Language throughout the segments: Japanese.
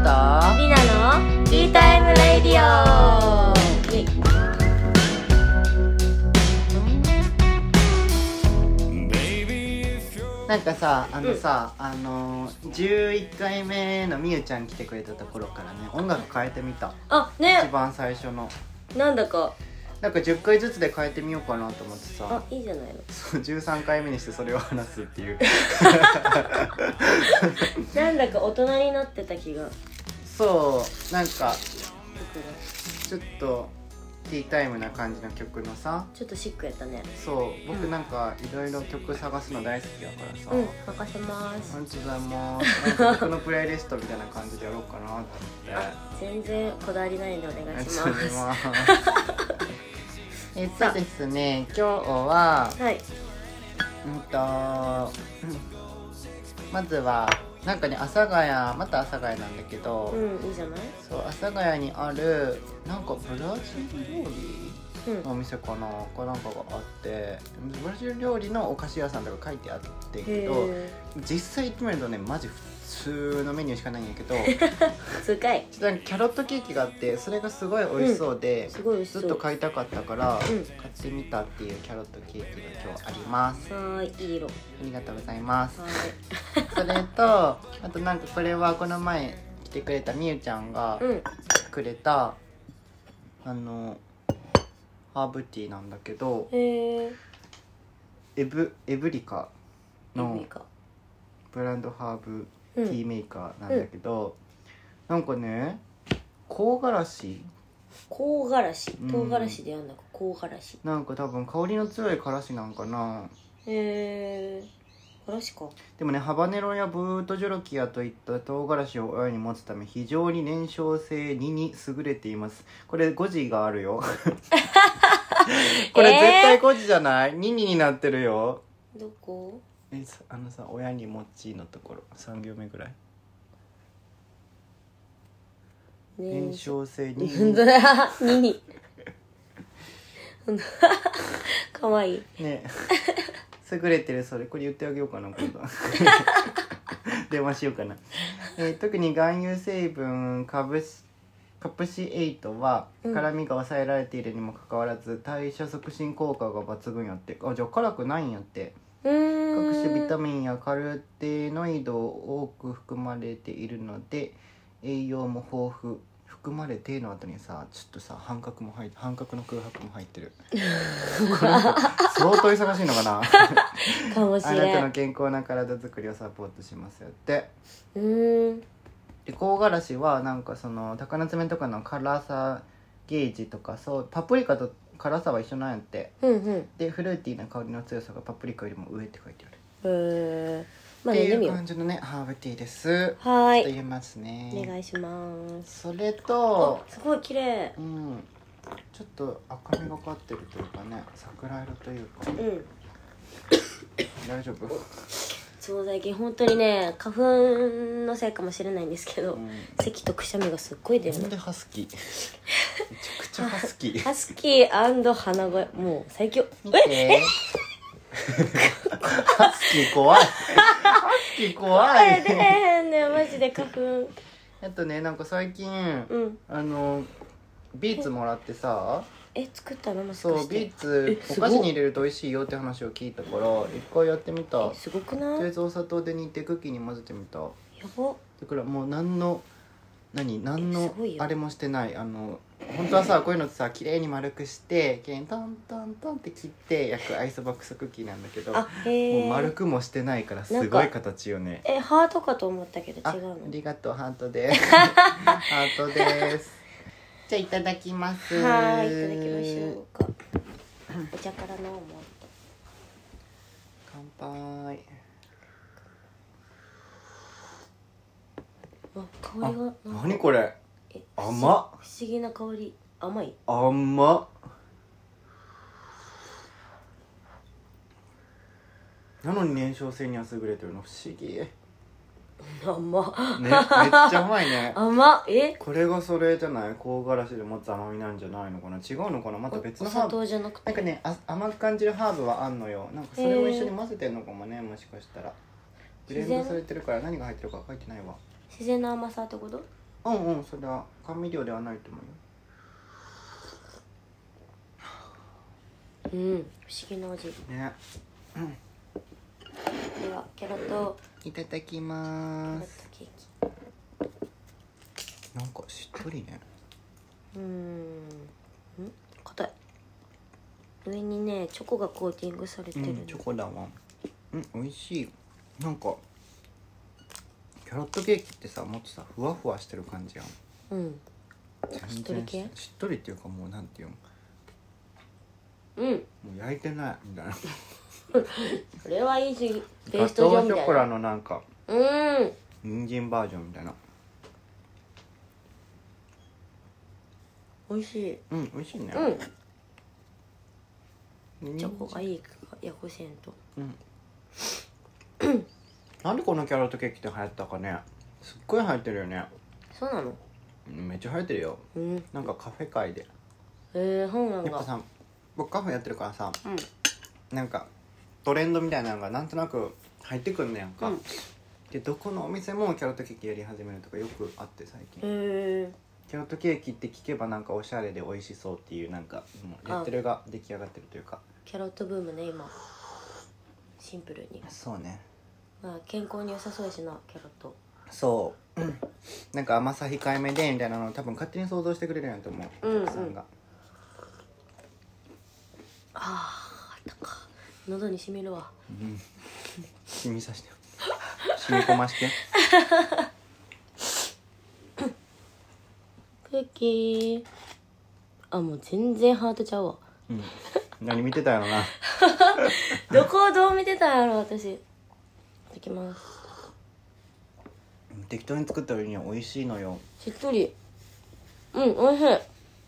リナのティータイムレディオ。 なんかさ、11回目のみゆちゃん来てくれたところからね、音楽変えてみた。 あ、ね。 一番最初のなんだか 10回ずつで変えてみようかなと思ってさ。 あ、いいじゃないの。 そう、13回目にしてそれを話すっていうなんだか大人になってた気が。 そう、なんかちょっとティータイムな感じの曲のさ、 ちょっとシックやったね。 そう、僕なんかいろいろ曲探すの大好きだからさ。 任せます。 ありがとうございます。なんか僕のプレイリストみたいな感じでやろうかなと思って全然こだわりないんでお願いします。 ですね、今日ははい。 まずはなんかね、また阿佐ヶ谷なんだけど、 いいじゃない。 そう、阿佐ヶ谷にあるなんかブラジル料理のお店かな、なんかがあって、ブラジル料理のお菓子屋さんとか書いてあってけど、実際行ってみるとね、マジ普通のメニューしかないんやけど普通かい。 ちょっとキャロットケーキがあって、それがすごい美味しそうで、 すごい美味しそう。 ずっと買いたかったから、買ってみたっていうキャロットケーキが今日あります。 はい、いい色。ありがとうございます。 はいそれと、あとなんかこれはこの前来てくれたみゆちゃんがくれた、ハーブティーなんだけど、エブリカのブランドハーブティーメーカーなんだけど、なんかね、唐辛子唐辛子でやんだか、唐辛子なんか多分香りの強い辛子なんかな。 辛子か。 でもね、ハバネロやブートジョロキアといった唐辛子を親に持つため非常に燃焼性2に優れています。これ5時があるよこれ絶対5時じゃない？ 2 になってるよ。 どこ？ 親に持ちのところ3行目ぐらい。燃焼性 2にかわいいね。優れてる。それこれ言ってあげようかな、今度電話しようかな。特に含有成分カプシ8は辛みが抑えられているにもかかわらず、代謝促進効果が抜群やって。じゃあ辛くないんやって。各種ビタミンやカロテノイドを多く含まれているので、栄養も豊富。含まれての後にさ、ちょっとさ、半角の空白も入ってるこれ相当忙しいのかなかもしれん。 あなたの健康な体作りをサポートしますよって。で、唐辛子はなんかその鷹の爪とかの辛さゲージとか、そうパプリカと辛さは一緒なんやって。で、フルーティーな香りの強さがパプリカよりも上って書いてある。っていう感じのね、ハーブティーです。 はい。 と言いますね。 お願いします。 それと、 すごい綺麗。 ちょっと赤みがかってるというかね、桜色というか。大丈夫？ そう、最近本当にね、花粉のせいかもしれないんですけど、咳とくしゃみがすっごい出るの。 なんでハスキーめちゃくちゃハスキーハスキー&鼻声、もう最強。 ハスキー怖いハスキー怖い出へんねん、マジで花粉。 あとね、なんか最近、ビーツもらってさ。 作ったの？もしかして。 そう、ビーツお菓子に入れると美味しいよって話を聞いたから一回やってみた。 すごくない？ とりあえずお砂糖で煮てクッキーに混ぜてみた。やば。 だからもう何のあれもしてない。本当はさ、こういうのってさ、綺麗に丸くして綺麗にトントントンって切って焼くアイスボックスクッキーなんだけど、もう丸くもしてないからすごい形よね。 ハートかと思ったけど違うの。 ありがとう、ハートですハートです。じゃあいただきます。 はい、いただきましょうか。お茶から飲もうと。 乾杯。 香りが。 何これ。甘っ。不思議な香り。甘い。 甘っ。なのに燃焼性には優れてるの不思議。 甘っね、めっちゃ甘いね。 甘っ。 これがそれじゃない？唐辛子で持つ甘みなんじゃないのかな。違うのかな。また別のハーブ。 お砂糖じゃなくて。 なんかね、甘く感じるハーブはあんのよ。なんかそれを一緒に混ぜてんのかもね、もしかしたら。ブレンドされてるから何が入ってるか書いてないわ。 自然な甘さってこと？ それは甘味料ではないと思うよ。 不思議な味ね。 ではキャロットいただきキャロットます。 ケーキなんかしっとりね。 硬い。上にねチョコがコーティングされてる、 チョコだわ。美味しい。なんかキャロットケーキってさ、もっとさふわふわしてる感じやん。 しっとり系？ しっとりっていうか、もうなんていうの、もう焼いてないみたいな。 それは言い過ぎ。ペーガスト状トーショコラみたいな。 のなんか人参バージョンみたいな。 美味しい。 美味しいね。 チョコがいいヤコセント。 なんでこのキャロットケーキって流行ったかね。すっごい流行ってるよね。 そうなの？ めっちゃ流行ってるよ。なんかカフェ界でそうなんだ。 やっぱさ、僕カフェやってるからさ、なんかトレンドみたいなのがなんとなく入ってくんねやんか、でどこのお店もキャロットケーキやり始めるとかよくあって最近。キャロットケーキって聞けばなんかおしゃれで美味しそうっていう、なんかもうレッテルが出来上がってるというか。 キャロットブームね今。シンプルに。 そうね。 健康に良さそうやしなキャロット。 そうなんか甘さ控えめでみたいなのを多分勝手に想像してくれるんやと思う、お客さんが。 あったか喉にしみるわ。 染みさして染み込ましてクッキー。もう全然ハートちゃうわ。 何見てたやろなどこをどう見てたんやろ私。いただきます。 適当に作った割には美味しいのよ。 しっとり。美味しい。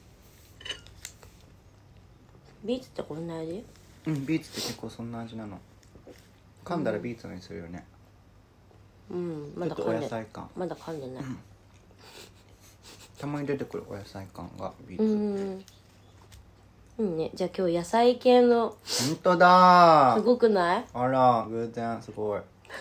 ビーツってこんな味？ ビーツって結構そんな味なの。噛んだらビーツのにするよね。 まだちょっとお野噛んで菜感。 まだ噛んでない。 たまに出てくるお野菜感がビーツ。 ね。じゃあ今日野菜系の。 ほんとだすごくない？ あら偶然すごい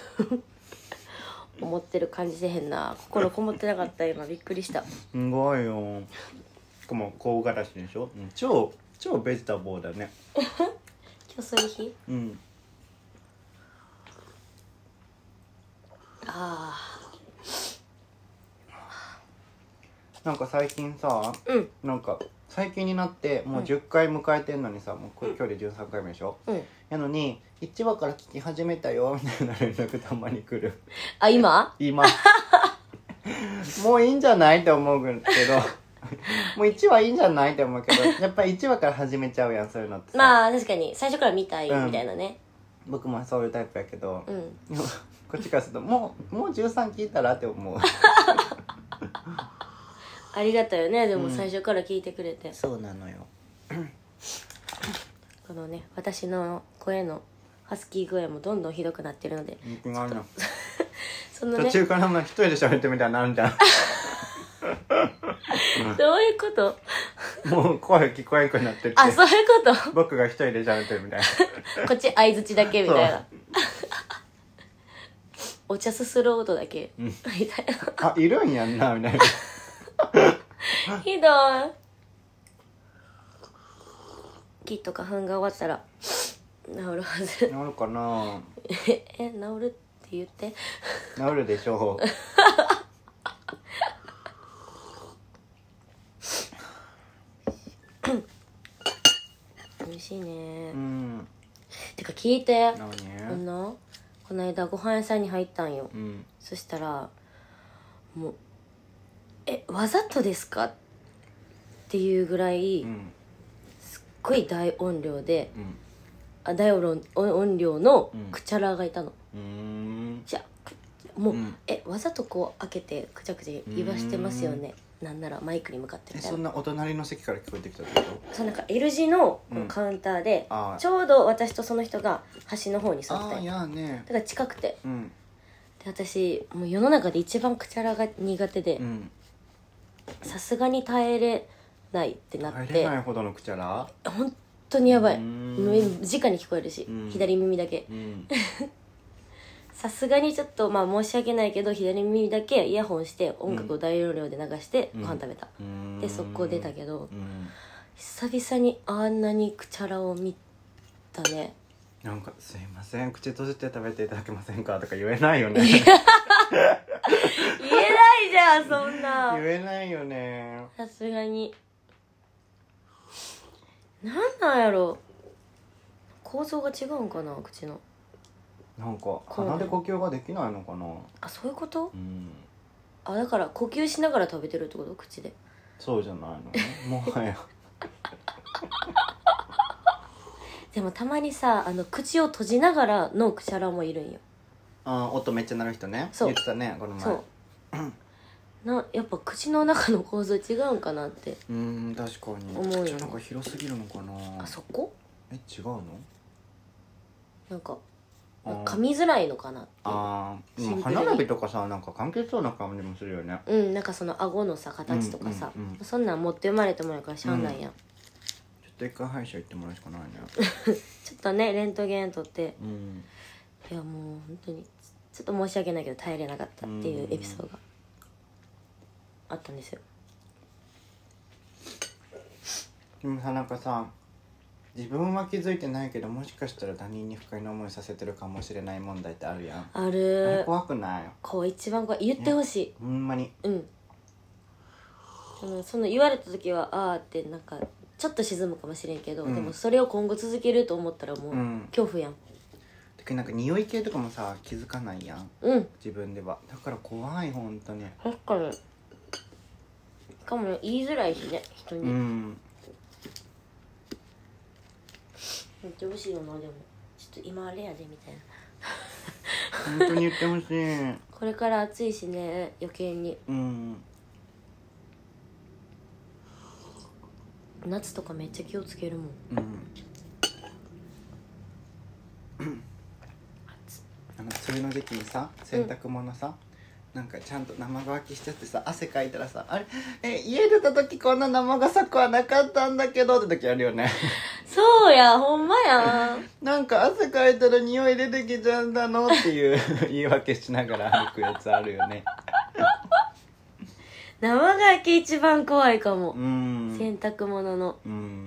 思ってる感じせへんな。心こもってなかった今びっくりした。 すごいよ。しかも唐辛子でしょ、超ベジタボーだね今日そういう日？ なんか最近さ、なんか最近になってもう10回迎えてんのにさ、もう今日で13回目でしょ、やのに1話から聞き始めたよみたいな連絡たまに来る。 今もういいんじゃないって思うけどもう1話いいんじゃないって思うけど、やっぱり1話から始めちゃうやん、そういうのってさ。 まあ確かに最初から見たいみたいなね。 僕もそういうタイプやけど、でもこっちからするともう13聞いたらって思うありがたいよね。でも最初から聞いてくれて、 そうなのよこのね私の声のハスキー具合もどんどんひどくなってるので、そのね途中からも一人で喋ってみたいになるんじゃんどういうこと？ もう声聞こえなくなってって、 そういうこと僕が一人で喋ってるみたいなこっち相づちだけみたいなお茶すする音だけ、みたいないるんやんなみたいなひどい。きっと花粉が終わったら治るはず。 治るかな治るって言って治るでしょう美味しいね。てか聞いて、 何？ この間ご飯屋さんに入ったんよ、そしたらもうわざとですかっていうぐらい、すっごい大音量で、大音量のクチャラがいたの。じゃもう、わざとこう開けてくちゃくちゃ言わしてますよね。なんならマイクに向かってみたいな。 そんなお隣の席から聞こえてきたってこと？ そう、なんか L 字のこのカウンターで、ちょうど私とその人が端の方に座ってたんや。だから近くて、で私もう世の中で一番クチャラが苦手で、さすがに耐えれないってなって。 耐えれないほどのクチャラ？ 本当にやばい。直に聞こえるし、左耳だけさすがにちょっとまあ申し訳ないけど左耳だけイヤホンして音楽を大容量で流してご飯食べた、で速攻出たけど、久々にあんなにくちゃらを見たね。 なんかすいません口閉じて食べていただけませんかとか言えないよね言えないじゃんそんな言えないよね。 さすがになんやろ、構造が違うんかな口の。 なんか鼻で呼吸ができないのかな。 あ、そういうこと、 うんあ、だから呼吸しながら食べてるってこと、口で。 そうじゃないのもはやでもたまにさ口を閉じながらのくちゃらもいるんよ。 あ、音めっちゃ鳴る人ね。 そう言ってたねこの前。 そうやっぱ口の中の構造違うんかなって。 確かに思うよ口なんか広すぎるのかな。 あそこ違うの。 なんか噛みづらいのかなっていう。 ああ、歯並びとかさなんか関係そうな感じもするよね。 なんかその顎のさ形とかさ、そんなん持って生まれたもんやからしゃあないやん、 ちょっと一回歯医者行ってもらうしかないねちょっとねレントゲン取って、いやもう本当にちょっと申し訳ないけど耐えれなかったっていうエピソードがあったんですよ。 でもさなんかさ自分は気づいてないけどもしかしたら他人に不快な思いさせてるかもしれない問題ってあるやん。 ある。 あれ怖くない？ こう一番怖い。言ってほしい、 ほんまに。 その言われた時はあーってなんかちょっと沈むかもしれんけど、でもそれを今後続けると思ったらもう恐怖やん。 てかなんか匂い系とかもさ気づかないやん、自分では。だから怖い本当に。 確かに。しかも言いづらいしね人に。めっちゃ欲しいよな。でもちょっと今あれやでみたいな本当に言ってほしいこれから暑いしね余計に。夏とかめっちゃ気をつけるもん。 なんか梅雨の時期にさ洗濯物さ、なんかちゃんと生乾きしちゃってさ汗かいたらさあれ家出た時こんな生臭くはなかったんだけどって時あるよねそうやほんまやなんか汗かいたら匂い出てきちゃうんだのっていう言い訳しながら歩くやつあるよね生乾き一番怖いかも。 洗濯物の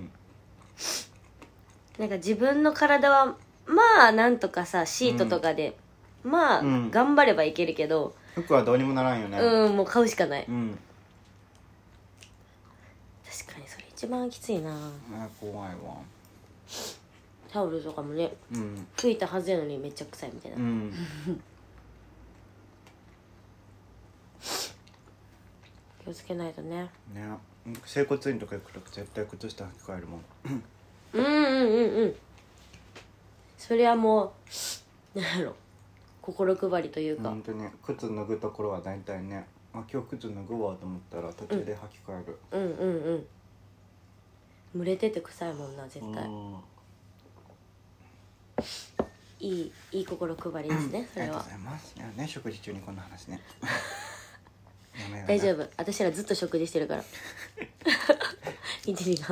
なんか自分の体はまあなんとかさシートとかで、まあ、頑張ればいけるけど服はどうにもならんよね。 もう買うしかない、確かにそれ一番きついな。 怖いわ。 タオルとかもね、拭いたはずやのにめっちゃ臭いみたいな、気をつけないとね。 整骨院とか行くと絶対靴下履き替えるもんそれはもうなんやろ心配りというか。 本当に靴脱ぐところは大体ね今日靴脱ぐわと思ったら途中で履き替える。 蒸れてて臭いもんな絶対。いい心配りですね、それは。 ありがとうございます。いやね食事中にこんな話ね大丈夫私らずっと食事してるから1時間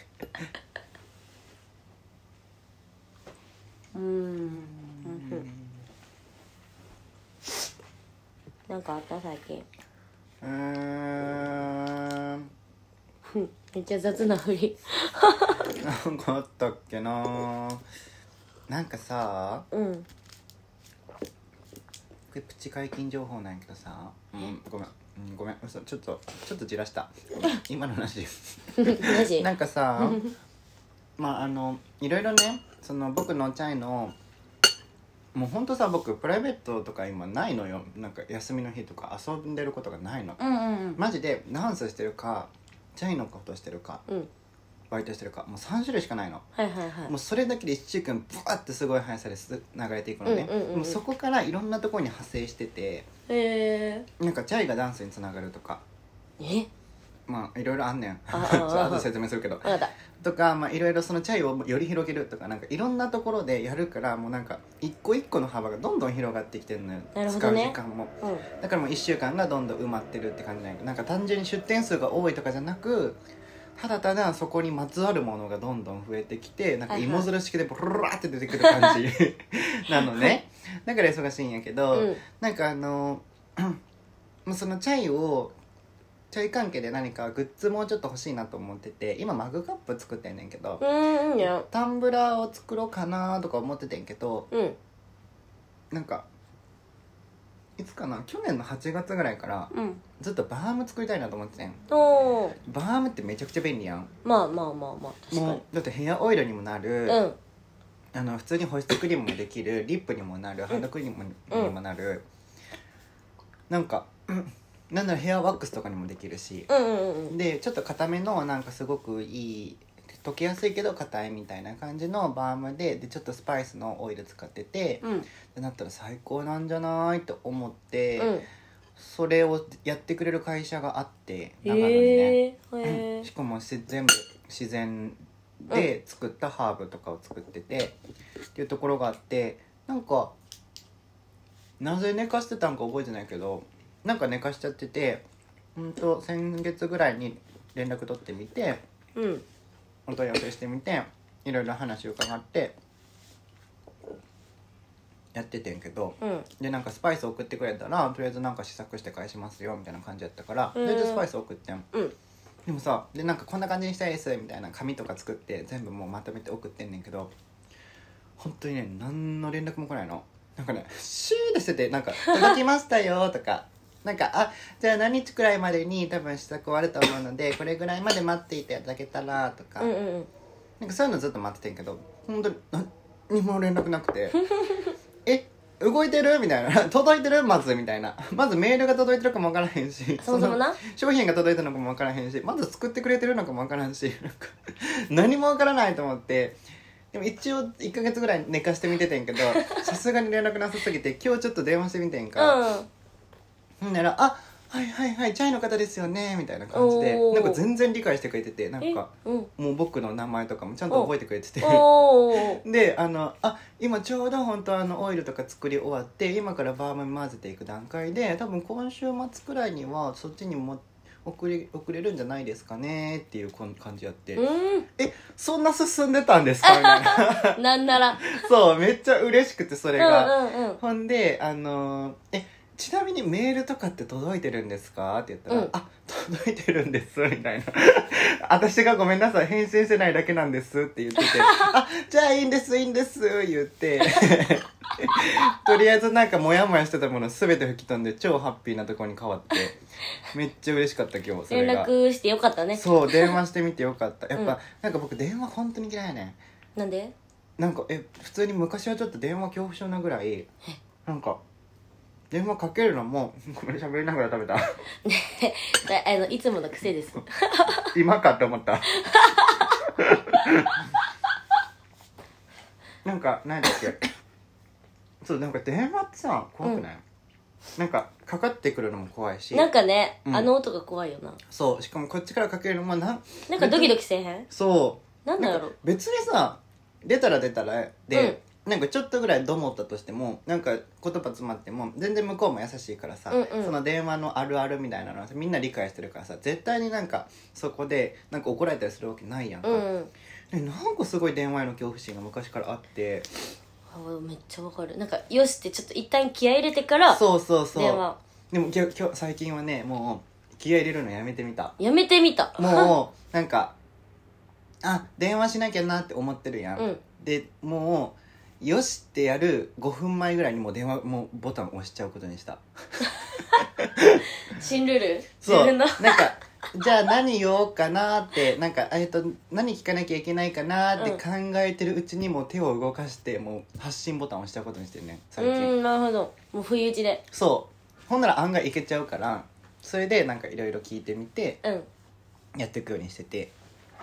なんかあった最近。めっちゃ雑な振りなんかあったっけな。なんかさ、これプチ解禁情報なんやけどさ、ごめん嘘ちょっとじらした。今の話なんかさまあいろいろねその僕のチャイのもうほんとさ僕プライベートとか今ないのよ。なんか休みの日とか遊んでることがないの、マジでダンスしてるかチャイのことしてるか、バイトしてるかもう3種類しかないの、もうそれだけで1週間ブワーってすごい速さで流れていくのね、もうそこからいろんなところに派生してて、なんかチャイがダンスにつながるとかまあいろいろあんねんあと説明するけどとかまあいろいろそのチャイをより広げるとかなんかいろんなところでやるからもうなんか一個一個の幅がどんどん広がってきてるのよ、使う時間も、だからもう1週間がどんどん埋まってるって感じなんやけど、なんか単純に出店数が多いとかじゃなくただただそこにまつわるものがどんどん増えてきてなんか芋づる式でブルルルって出てくる感じなのねだから忙しいんやけど、 うんなんかもうそのチャイ関係で何かグッズもうちょっと欲しいなと思ってて、今マグカップ作ってんねんけど、 いいや。 タンブラーを作ろうかなとか思っててんけど、 うんなんかいつかな、去年の8月ぐらいからうんずっとバーム作りたいなと思っててん。 おー、 バームってめちゃくちゃ便利やん。 まあまあまあまあ確かに。 もうだってヘアオイルにもなる、 うん普通に保湿クリームもできる、リップにもなる、ハンドクリームにもなる、なんかなんならヘアワックスとかにもできるし、 うんうんうんでちょっと硬めのなんかすごくいい溶けやすいけど硬いみたいな感じのバームでちょっとスパイスのオイル使ってて、 うんってなったら最高なんじゃないと思って、 うんそれをやってくれる会社があって長野にね、 へえしかも全部自然で作ったハーブとかを作ってて、っていうところがあって、なんかなぜ寝かしてたんか覚えてないけど、なんか寝かしちゃってて、先月ぐらいに連絡取ってみて、 うんお問い合わせしてみて、いろいろ話を伺ってやっててんけど、 うんでなんかスパイス送ってくれたらとりあえずなんか試作して返しますよみたいな感じやったから、 うんでスパイス送ってん。 うんでもさ、でなんかこんな感じにしたいですみたいな紙とか作って全部もうまとめて送ってんねんけど、本当にね何の連絡も来ないの。なんかねシーでしてて、なんか届きましたよとかなんかじゃあ何日くらいまでに多分試作終わると思うのでこれぐらいまで待っていただけたらとか、 うんうんなんかそういうのずっと待っててんけど、本当に何も連絡なくてえ動いてるみたいな届いてるまずみたいな、まずメールが届いてるかも分からへんし、 そもそもなの商品が届いてるのかも分からへんし、まず作ってくれてるのかも分からんし、なんか何も分からないと思って。でも一応1ヶ月ぐらい寝かしてみててんけど、さすがに連絡なさすぎて今日ちょっと電話してみてんか、ほんならはいはいはいチャイの方ですよねみたいな感じで、 おーなんか全然理解してくれてて、なんかうんもう僕の名前とかもちゃんと覚えてくれてておーで今ちょうど本当オイルとか作り終わって今からバーム混ぜていく段階で、多分今週末くらいにはそっちにも送れるんじゃないですかねっていう感じやって、 うんそんな進んでたんですかみたいななんならそうめっちゃ嬉しくて、それが、 うんうんほんでちなみにメールとかって届いてるんですかって言ったら、届いてるんですみたいな私がごめんなさい返信してないだけなんですって言っててじゃあいいんです言ってとりあえずなんかモヤモヤしてたもの全て吹き飛んで超ハッピーなところに変わってめっちゃ嬉しかった今日それ連が。 絡してよかったね。 そう電話してみてよかったやっぱ、 うんなんか僕電話本当に嫌いやねん。 なんで？ なんか普通に昔はちょっと電話恐怖症なぐらい、なんか電話かけるのもごめん喋りながら食べたいつもの癖です。 今かって思ったなんか何だっけそうなんか電話ってさ怖くない、なんかかかってくるのも怖いし、 なんかね、 うんあの音が怖いよな。 そうしかもこっちからかけるのもなんかドキドキせえへん？ そうなんだろう。 別にさ出たらで、なんかちょっとぐらいどもったとしてもなんか言葉詰まっても全然向こうも優しいからさ、その電話のあるあるみたいなのはみんな理解してるからさ、絶対になんかそこでなんか怒られたりするわけないやんか、でなんかすごい電話への恐怖心が昔からあって、 めっちゃわかる。なんかよしってちょっと一旦気合い入れてからそう電話でも今日最近はねもう気合い入れるのやめてみた。 やめてみた。 もうなんか電話しなきゃなって思ってるやん、でもうよしってやる5分前ぐらいにもう電話もうボタン押しちゃうことにした新ルール？ そう自分のなんかじゃあ何言おうかなってなんか何聞かなきゃいけないかなって考えてるうちにもう手を動かしてもう発信ボタンを押しちゃうことにしてるね最近。 なるほど。もう不意打ちで。 そうほんなら案外いけちゃうから、それでなんかいろいろ聞いてみてうんやっていくようにしてて、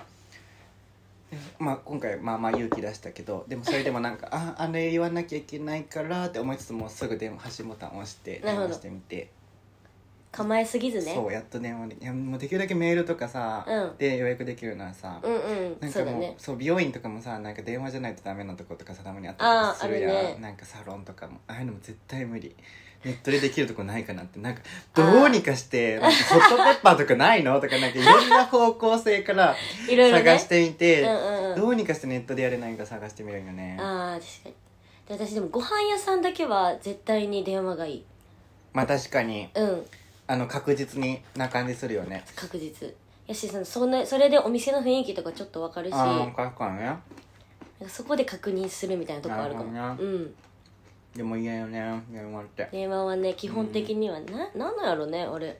まあ今回まあ勇気出したけど、でもそれでもなんかあれ言わなきゃいけないからって思いつつもうすぐ発信ボタンを押して電話してみて、 構えすぎずね。 そうやっと電話で、いやもうできるだけメールとかさ、で予約できるならさ、なんかもうそう美容院とかもさなんか電話じゃないとダメなとことかさたまにあったりするやん、なんかサロンとかもああいうのも絶対無理。ネットでできるとこないかなって、なんかどうにかしてなんかホットペッパーとかないのとかなんかいろんな方向性から探してみてどうにかしてネットでやれないか探してみるよね。 確かに。 で私でもご飯屋さんだけは絶対に電話がいい。 まあ確かにうん確実にな感じするよね。 確実やし、それでお店の雰囲気とかちょっと分かるし、 ああ確かにね。 なんかそこで確認するみたいなとこあるかも。 なるほどね。でも嫌よね電話って。 電話はね基本的にはなんなんやろねあれ。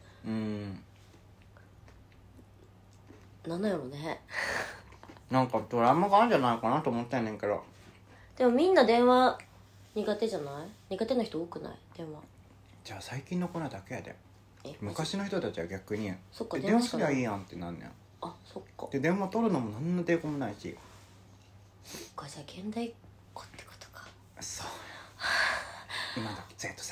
なんなんやろね。 なんかドラマがあるんじゃないかなと思ったんねんけど。 でもみんな電話苦手じゃない？苦手な人多くない？電話。 じゃあ最近の子らだけやで。 え昔の人たちは逆にそっか電話すりゃいいやんってなんねん。 あそっか。 で電話取るのも何の抵抗もないし。 そっかじゃあ現代っ子ってことか。 そう今だ Z 世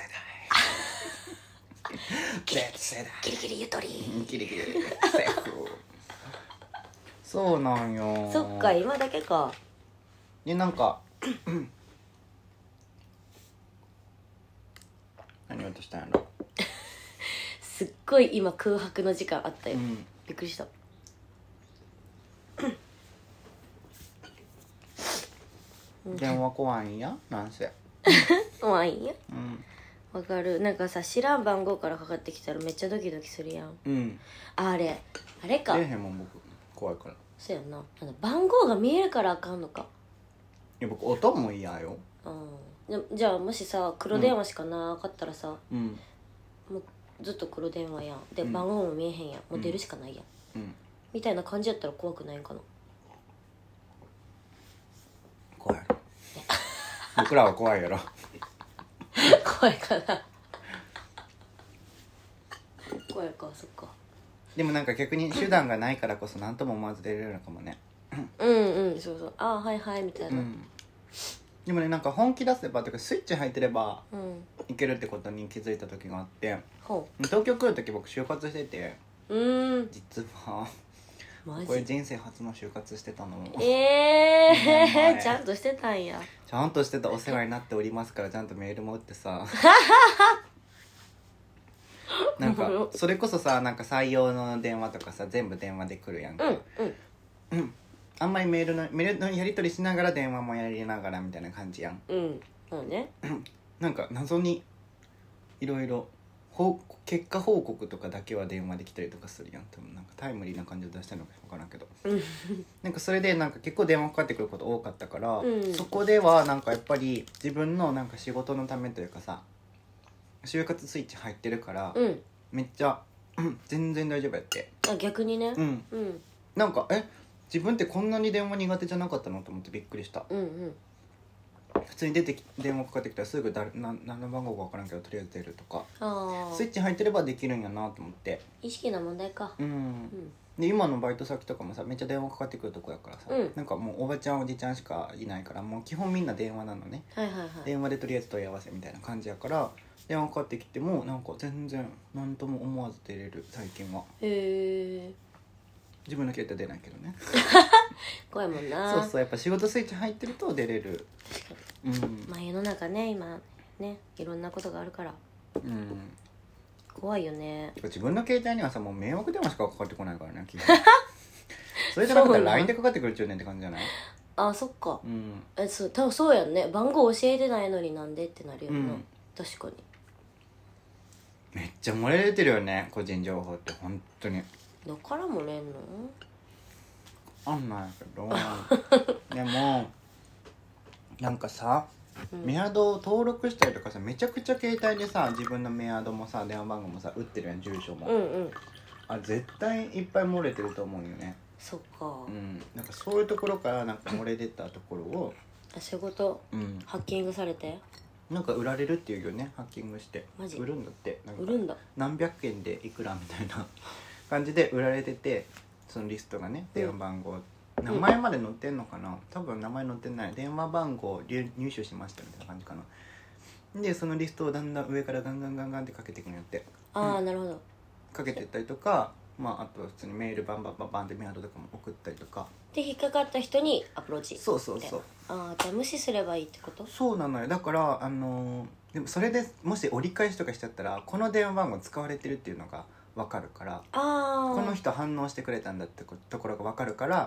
代Z 世代ギリギリゆとりギリギリセーフそうなんよ。 そっか今だけか。 でなんか何をとしたんやろ。 すっごい今空白の時間あったよ、びっくりした。 電話怖いんやなんせ。 怖いんや。わかる。なんかさ知らん番号からかかってきたらめっちゃドキドキするやん。あれか。 出えへんもん僕怖いから。 そうやんな。番号が見えるからあかんのか。 いや僕音も嫌よ。 じゃあもしさ黒電話しかなかったらさ、 もうずっと黒電話やんで、番号も見えへんやん、もう出るしかないやん、みたいな感じやったら怖くないんかな。 怖いやろ僕らは怖いやろ怖いかな。怖いか。そっか。 でもなんか逆に手段がないからこそ何とも思わず出れるのかもね。 そうそう。ああはいはいみたいな。 でもねなんか本気出せばというかスイッチ入ってればいけるってことに気づいた時があって、東京来る時僕就活してて、実はこれ人生初の就活してたの。 ちゃんとしてたんや。 ちゃんとしてた。お世話になっておりますからちゃんとメールも打ってさなんかそれこそさなんか採用の電話とかさ全部電話で来るやんか。あんまりメールのやり取りしながら電話もやりながらみたいな感じやん。 そうね。 なんか謎にいろいろ結果報告とかだけは電話できたりとかするやん。多分なんかタイムリーな感じを出したのか分からんけどなんかそれでなんか結構電話かかってくること多かったから、そこではなんかやっぱり自分のなんか仕事のためというかさ就活スイッチ入ってるから、めっちゃ全然大丈夫やって。 逆にね。 なんか自分ってこんなに電話苦手じゃなかったのと思ってびっくりした。普通に電話かかってきたらすぐ何の番号か分からんけどとりあえず出るとかスイッチ入ってればできるんやなと思って。 意識の問題か。 で今のバイト先とかもさめっちゃ電話かかってくるとこやからさ、なんかもうおばちゃんおじちゃんしかいないからもう基本みんな電話なのね。電話でとりあえず問い合わせみたいな感じやから電話かかってきてもなんか全然何とも思わず出れる最近は。自分の携帯出ないけどね怖いもんな。 そうそうやっぱ仕事スイッチ入ってると出れる。 まあ世の中ね今ねいろんなことがあるから怖いよね。 自分の携帯にはさもう迷惑電話しかかかってこないからねそれじゃなくて LINE でかかってくるっちゅうねんって感じじゃない？ あそっか。多分そうやんね。番号教えてないのになんでってなるよな。確かにめっちゃ漏れ出てるよね個人情報って本当に。 だから漏れんの？ あんなんやけどでもなんかさ、メアドを登録したりとかさめちゃくちゃ携帯でさ自分のメアドもさ電話番号もさ打ってるやん住所も。あ絶対いっぱい漏れてると思うよね。 そっか。 なんかそういうところからなんか漏れ出たところを仕事、ハッキングされてなんか売られるっていうよね。ハッキングしてマジ売るんだって。なんか売るんだ。 何百件でいくらみたいな感じで売られててそのリストがね電話番号、名前まで載ってんのかな。多分名前載ってない。電話番号入手しましたみたいな感じかな。でそのリストをだんだん上からガンガンガンガンってかけていくのやって。 なるほど。 かけてったりとかあとは普通にメールバンバンバンバンってメアドとかも送ったりとかで引っかかった人にアプローチ。 そうそうそう。 じゃあ無視すればいいってこと？ そうなのよ。だからでもそれでもし折り返しとかしちゃったらこの電話番号使われてるっていうのが分かるから、この人反応してくれたんだってところが分かるから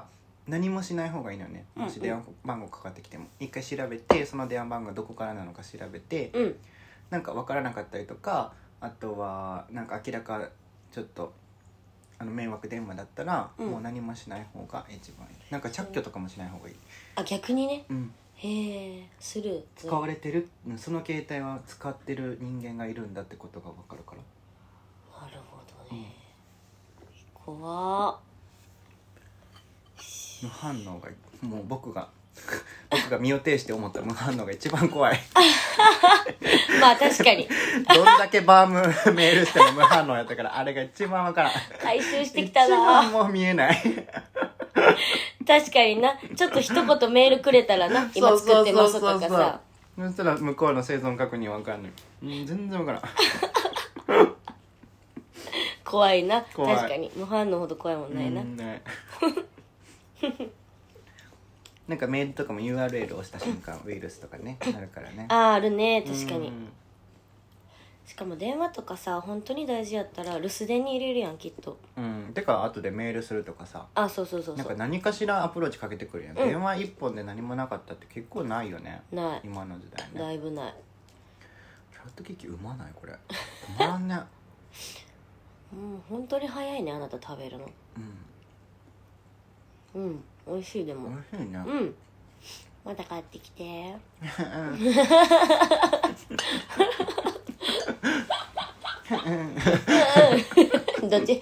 何もしない方がいいのよね。もし電話番号かかってきても一回調べて、その電話番号がどこからなのか調べて、なんか分からなかったりとか、あとはなんか明らかちょっと迷惑電話だったら、もう何もしない方が一番いい。なんか着去とかもしない方がいい。 あ、逆にね。へえ、スルー。 使われてる、その携帯は使ってる人間がいるんだってことが分かるから。 なるほどね。怖っ。 無反応がもう僕が身を挺して思った無反応が一番怖い。 まあ確かにどんだけバームメールしても無反応やったから、あれが一番わからん。 回収してきたな。 一番もう見えない。 確かにな。ちょっと一言メールくれたらな、今作ってますとかさ。 そしたら向こうの生存確認わかんない。全然わからん。 怖いな。 怖い。 確かに無反応ほど怖いもんないな。 ねなんかメールとかも URL を押した瞬間ウイルスとかねなるからね。 あるね、確かに。しかも電話とかさ、本当に大事やったら留守電に入れるやん、きっと。 てか後でメールするとかさ、 そうそうそうそう、 なんか何かしらアプローチかけてくるやん、電話一本で何もなかったって結構ないよね。 ない、 今の時代ね。 だいぶない。 キャットケーキうまないこれ。止まらんね。 本当に早いね、あなた食べるの。美味しい。でも美味しいね。 また帰ってきて。どっち？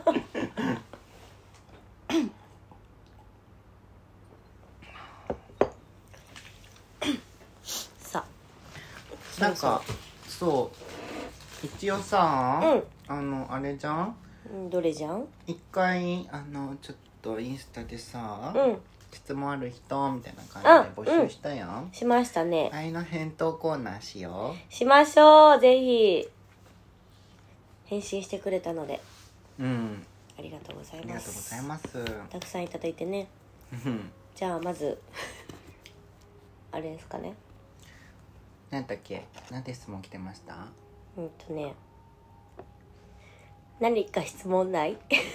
さあ、 なんかそう一応さ、あれじゃん。 どれじゃん？ 一回ちょっとインスタでさ、質問ある人みたいな感じで募集したやん。 しましたね。 あれの返答コーナーしよう。しましょう。ぜひ返信してくれたので、ありがとうございます。ありがとうございます。たくさんいただいてね。じゃあまずあれですかね。 なんだっけ、なんて質問来てました？ ね、何か質問ない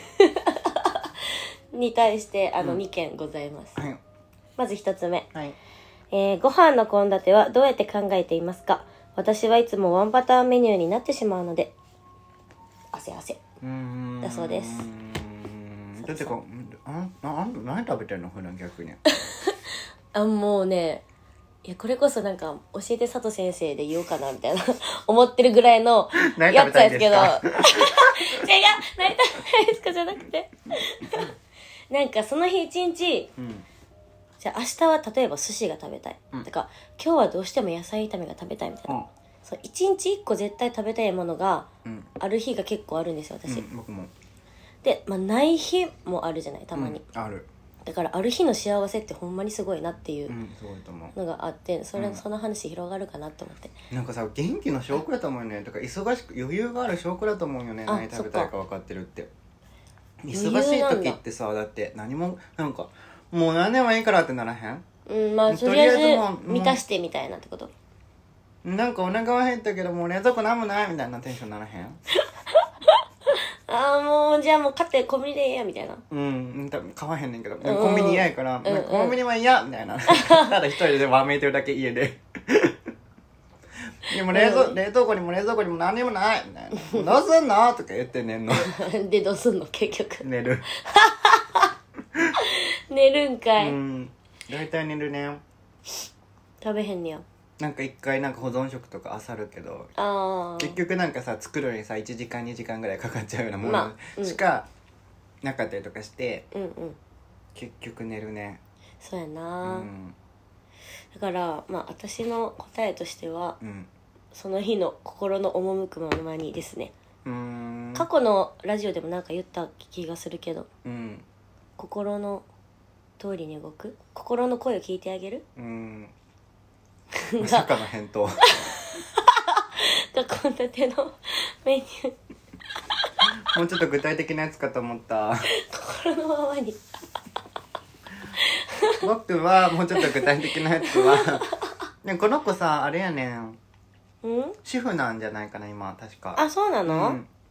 に対して2件ございます。まず1つ目、ご飯の献立はどうやって考えていますか？私はいつもワンパターンメニューになってしまうので汗だそうです。 だってか、何食べてんの普段逆に。 もうね、いやこれこそなんか教えて佐藤先生で言おうかなみたいな思ってるぐらいのやつですけど違う、何食べたいですかじゃなくてなんかその日一日、じゃあ明日は例えば寿司が食べたい、とか今日はどうしても野菜炒めが食べたいみたいな、そう一日一個絶対食べたいものがある日が結構あるんですよ私、 僕もで、ない日もあるじゃない、たまに、 ある。 だからある日の幸せってほんまにすごいなっていうのがあって、その話広がるかなと思って、 なんかさ元気の証拠だと思うよね。とか忙しく余裕がある証拠だと思うよね。何食べたいか分かってるって。忙しい時ってさ、だって何もなんかもう何でもいいからってならへん？ とりあえず満たしてみたいなってこと。 なんかお腹は減ったけどもう冷蔵庫なんもないみたいなテンションならへん？ もうじゃあもう買ってコンビニでええやみたいな。 多分買わへんねんけど、コンビニ嫌やから、コンビニは嫌みたいな。ただ一人でわめいてるだけ家で。でも冷凍庫にも何にもないみたいな。どうすんのとか言って寝んの。 でどうすんの結局。 寝る。 寝るんかい。 大体寝るね。 食べへんねや。 なんか一回なんか保存食とか漁るけど、結局なんかさ作るのにさ1時間2時間ぐらいかかっちゃうようなものしかなかったりとかして、結局寝るね。 そうやな、だから私の答えとしては、その日の心の赴くままにですね。過去のラジオでもなんか言った気がするけど、心の通りに動く、心の声を聞いてあげる。 まさかの返答。 が献立のメニュー。 もうちょっと具体的なやつかと思った。 心のままに。 僕はもうちょっと具体的なやつはね、この子さあれやねん、主婦なんじゃないかな今確か。 そうなの？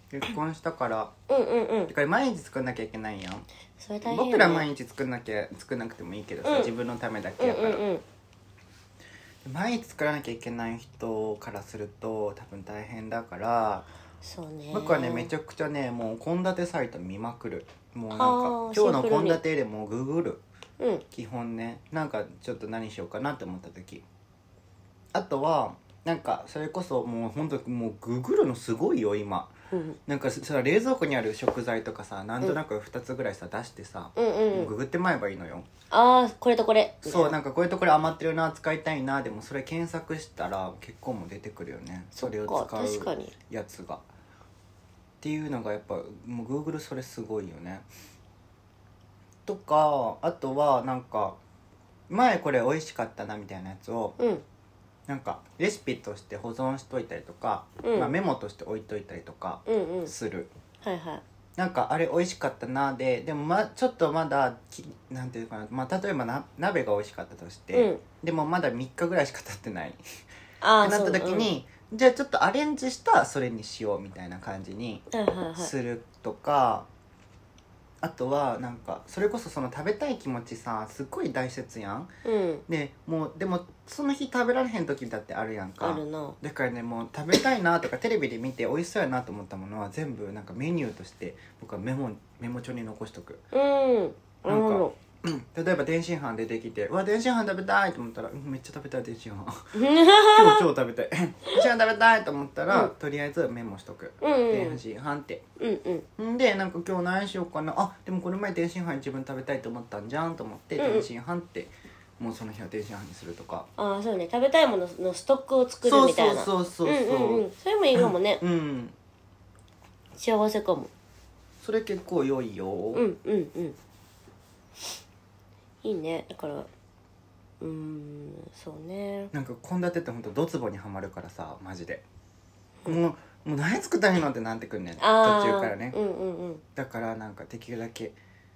結婚したから、 うんうんうん。 だから毎日作んなきゃいけないやん。 それ大変よね。 僕ら毎日作んなくてもいいけどさ、 うん自分のためだけやから、 うんうんうん。 毎日作らなきゃいけない人からすると多分大変だから、 そうね。 僕はねめちゃくちゃねもう献立サイト見まくる。もうなんかあー今日のシンプルに献立でもうググる。 うん基本ね、なんかちょっと何しようかなって思った時、あとはなんかそれこそもう本当もうググるのすごいよ今。 うんなんかさ冷蔵庫にある食材とかさなんとなく2つぐらいさ出してさ、 うんうんうん。 ググってまえばいいのよ。 ああこれとこれ。 そうなんかこういうところ余ってるな使いたいなでもそれ検索したら結構もう出てくるよね。それをそっか使う確かにやつがっていうのがやっぱもう Google それすごいよね。とかあとはなんか前これ美味しかったなみたいなやつをうんなんかレシピとして保存しといたりとか、 うんまあ、メモとして置いといたりとかうんうんする、 はいはいなんかあれ美味しかったなでもちょっとまだなんていうかな、まあ、例えば鍋が美味しかったとして、 うんでもまだ3日ぐらいしか経ってないああってなった時に、じゃあちょっとアレンジしたそれにしようみたいな感じにはいはいはいするとか、あとはなんかそれこそその食べたい気持ちさすっごい大切やん。 うんでもその日食べられへん時だってあるやんか。 あるなだからねもう食べたいなとかテレビで見て美味しそうやなと思ったものは全部なんかメニューとして僕はメモ帳に残しとく。 うんなんかなるほ例えば天津飯出てきて「うわ天津飯食べたい!」と思ったら「めっちゃ食べたい天津飯今ど日超食べたい天津飯食べたい!」と思ったら、 うんとりあえずメモしとく、 うんうん天津飯ってうんうんんでなんか今日何しようかな、あでもこの前天津飯自分食べたいと思ったんじゃんと思って、 うん天津飯ってもうその日は天津飯にするとか。 ああそうね食べたいもののストックを作るみたいなそうそう、 うんうんうんそれもいいかもねうん幸せかもそれ結構良いよ。 うんうんうんいいねだからそうねなんか献立ってほんとドツボにはまるからさマジで、もう何作ったらいいのってなってくんねん途あー中からね、 うんうんうんだからなんかできるだけ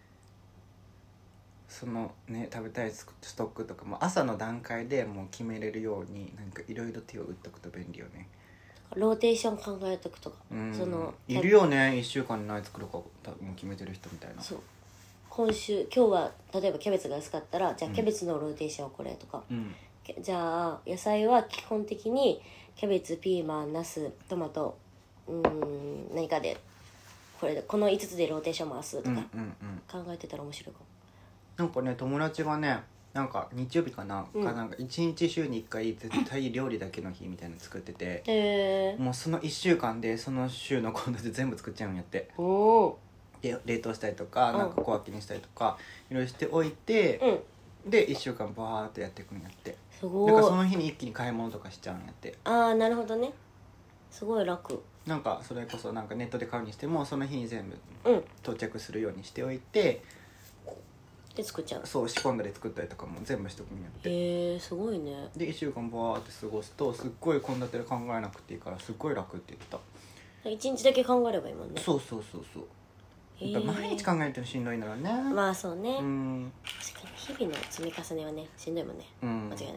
そのね食べたいストックとかも朝の段階でもう決めれるようになんかいろいろ手を打っとくと便利よね。 ローテーション考えとくとかそのいるよね1週間に何作るかもう決めてる人みたいな。 そう今日は例えばキャベツが安かったらじゃあキャベツのローテーションはこれとか、 うんじゃあ野菜は基本的にキャベツピーマンナストマト何かでこの5つでローテーション回すとか考えてたら面白いかも。 なんかね友達がねなんか日曜日かな、なんか1日週に1回絶対料理だけの日みたいなの作ってて、もうその1週間でその週の献立全部作っちゃうんやって。 おで冷凍したりとかなんか小分けにしたりとかいろいろしておいて、で1週間バーっとやっていくんやって。 すごいだからその日に一気に買い物とかしちゃうんやって。 ああなるほどねすごい楽。 なんかそれこそなんかネットで買うにしてもその日に全部うん到着するようにしておいて、 で作っちゃう。 そう仕込んだり作ったりとかも全部しとくんやって。 へえすごいね。 で1週間バーって過ごすとすっごい献立で考えなくていいからすっごい楽って言ってた。 1日だけ考えればいいもんね。 そうそうやっぱ毎日考えるとしんどいんだろうね。 まあそうね、 うん確かに日々の積み重ねはねしんどいもんね、間違いない。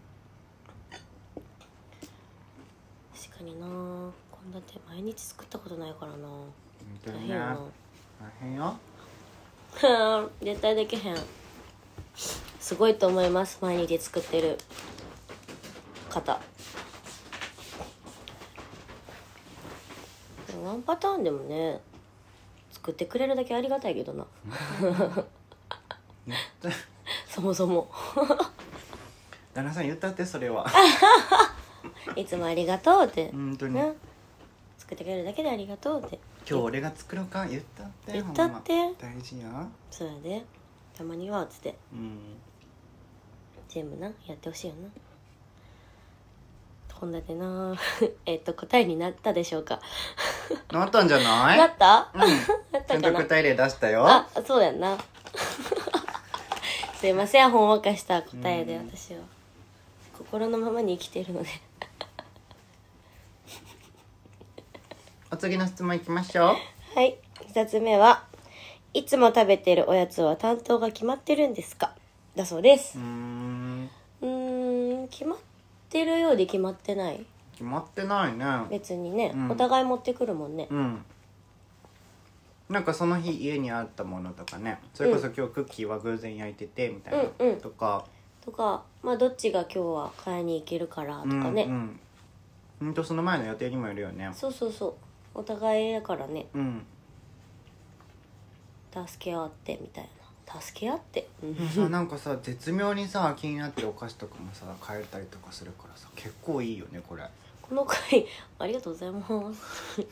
確かにな献立毎日作ったことないからな。大変よな。 大変よ。 絶対できへん。すごいと思います毎日作ってる方。ワンパターンでもね作ってくれるだけありがたいけどなそもそも旦那さん言ったってそれは。 いつもありがとうって本当に、 ね、作ってくれるだけでありがとうって今日俺が作ろうか言ったって言ったってほんま大事や。 そうやでたまにはつってうん全部なやってほしいよな。献立な答えになったでしょうかなったんじゃない？ なった、 うんなったかな。 ちゃんと具体例出したよ。 あ、そうやんなすいませんほんわかした答えで私は心のままに生きているのでお次の質問いきましょう。 はい、2つ目はいつも食べてるおやつは担当が決まってるんですかだそうです。決まってるようで決まってない。 決まってないね。 別にね、 うん、 お互い持ってくるもんね。 なんかその日家にあったものとかね、それこそ今日クッキーは偶然焼いててみたいな、とかまあどっちが今日は買いに行けるからとかね。 ほんとその前の予定にもよるよね。 そうお互いだからね、助け合ってみたいな。助け合ってなんかさ絶妙にさ気になってるお菓子とかもさ買えたりとかするからさ、結構いいよねこれ。 この回ありがとうございます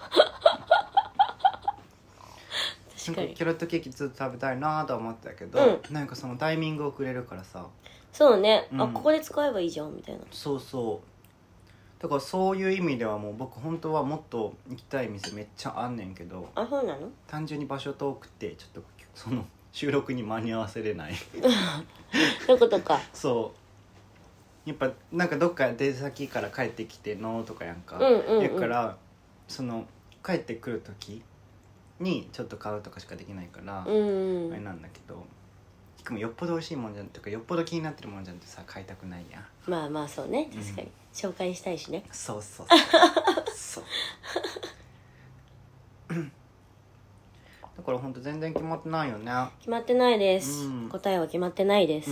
確かにキャロットケーキずっと食べたいなとは思ってたけど、なんかそのタイミングをくれるからさ。 そうね、あここで使えばいいじゃんみたいな。 そうだからそういう意味ではもう僕本当はもっと行きたい店めっちゃあんねんけど、 あ、そうなの？ 単純に場所遠くてちょっとその収録に間に合わせれないそういうことか。 そうやっぱなんかどっか出先から帰ってきてのとかやんか、だからその帰ってくる時にちょっと買うとかしかできないから、あれなんだけど、しかもよっぽど美味しいもんじゃんとかよっぽど気になってるもんじゃんってさ買いたくないやん。 まあまあそうね、確かに、紹介したいしね。 そうそうだからほんと全然決まってないよね。 決まってないです、答えは決まってないです、